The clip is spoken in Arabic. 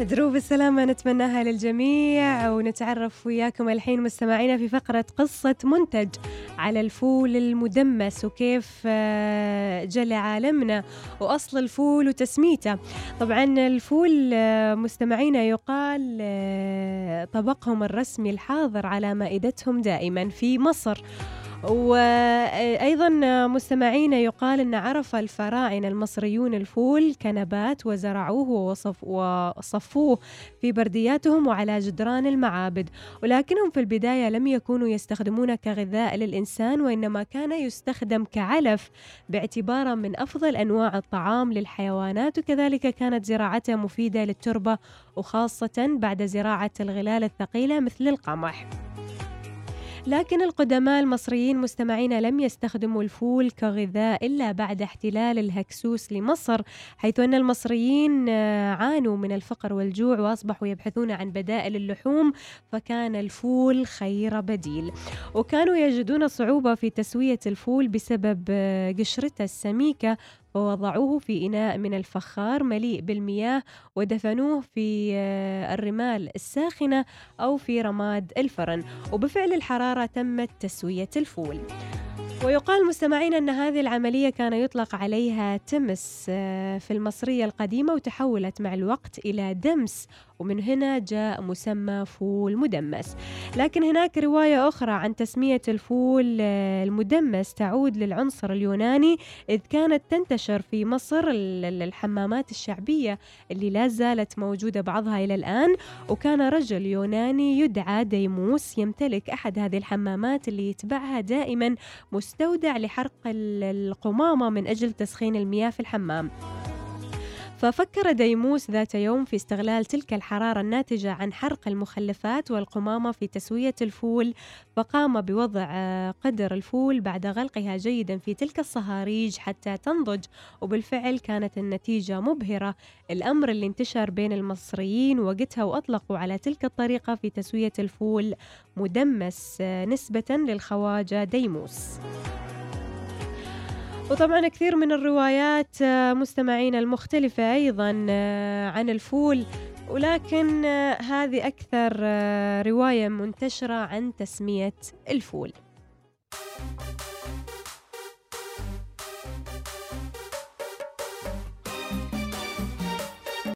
دروب السلامة نتمناها للجميع، ونتعرف وياكم الحين مستمعينا في فقرة قصة منتج على الفول المدمس وكيف جاء لعالمنا وأصل الفول وتسميته. طبعا الفول مستمعينا يقال طبقهم الرسمي الحاضر على مائدتهم دائما في مصر. وأيضا مستمعين يقال أن عرف الفراعنة المصريون الفول كنبات وزرعوه وصفوه في بردياتهم وعلى جدران المعابد، ولكنهم في البداية لم يكونوا يستخدمونه كغذاء للإنسان، وإنما كان يستخدم كعلف باعتباره من أفضل أنواع الطعام للحيوانات، وكذلك كانت زراعته مفيدة للتربة وخاصة بعد زراعة الغلال الثقيلة مثل القمح. لكن القدماء المصريين مستمعين لم يستخدموا الفول كغذاء إلا بعد احتلال الهكسوس لمصر، حيث أن المصريين عانوا من الفقر والجوع وأصبحوا يبحثون عن بدائل اللحوم، فكان الفول خير بديل. وكانوا يجدون صعوبة في تسوية الفول بسبب قشرته السميكة، فوضعوه في إناء من الفخار مليء بالمياه ودفنوه في الرمال الساخنة أو في رماد الفرن، وبفعل الحرارة تمت تسوية الفول. ويقال مستمعين أن هذه العملية كان يطلق عليها تمس في المصرية القديمة، وتحولت مع الوقت إلى دمس، ومن هنا جاء مسمى فول مدمس. لكن هناك رواية أخرى عن تسمية الفول المدمس تعود للعنصر اليوناني، إذ كانت تنتشر في مصر الحمامات الشعبية اللي لا زالت موجودة بعضها إلى الآن. وكان رجل يوناني يدعى ديموس يمتلك أحد هذه الحمامات اللي يتبعها دائما مستودع لحرق القمامة من أجل تسخين المياه في الحمام. ففكر ديموس ذات يوم في استغلال تلك الحرارة الناتجة عن حرق المخلفات والقمامة في تسوية الفول، فقام بوضع قدر الفول بعد غلقها جيدا في تلك الصهاريج حتى تنضج، وبالفعل كانت النتيجة مبهرة، الأمر اللي انتشر بين المصريين وقتها، وأطلقوا على تلك الطريقة في تسوية الفول مدمس نسبة للخواجة ديموس. وطبعا كثير من الروايات مستمعين المختلفة أيضا عن الفول، ولكن هذه أكثر رواية منتشرة عن تسمية الفول.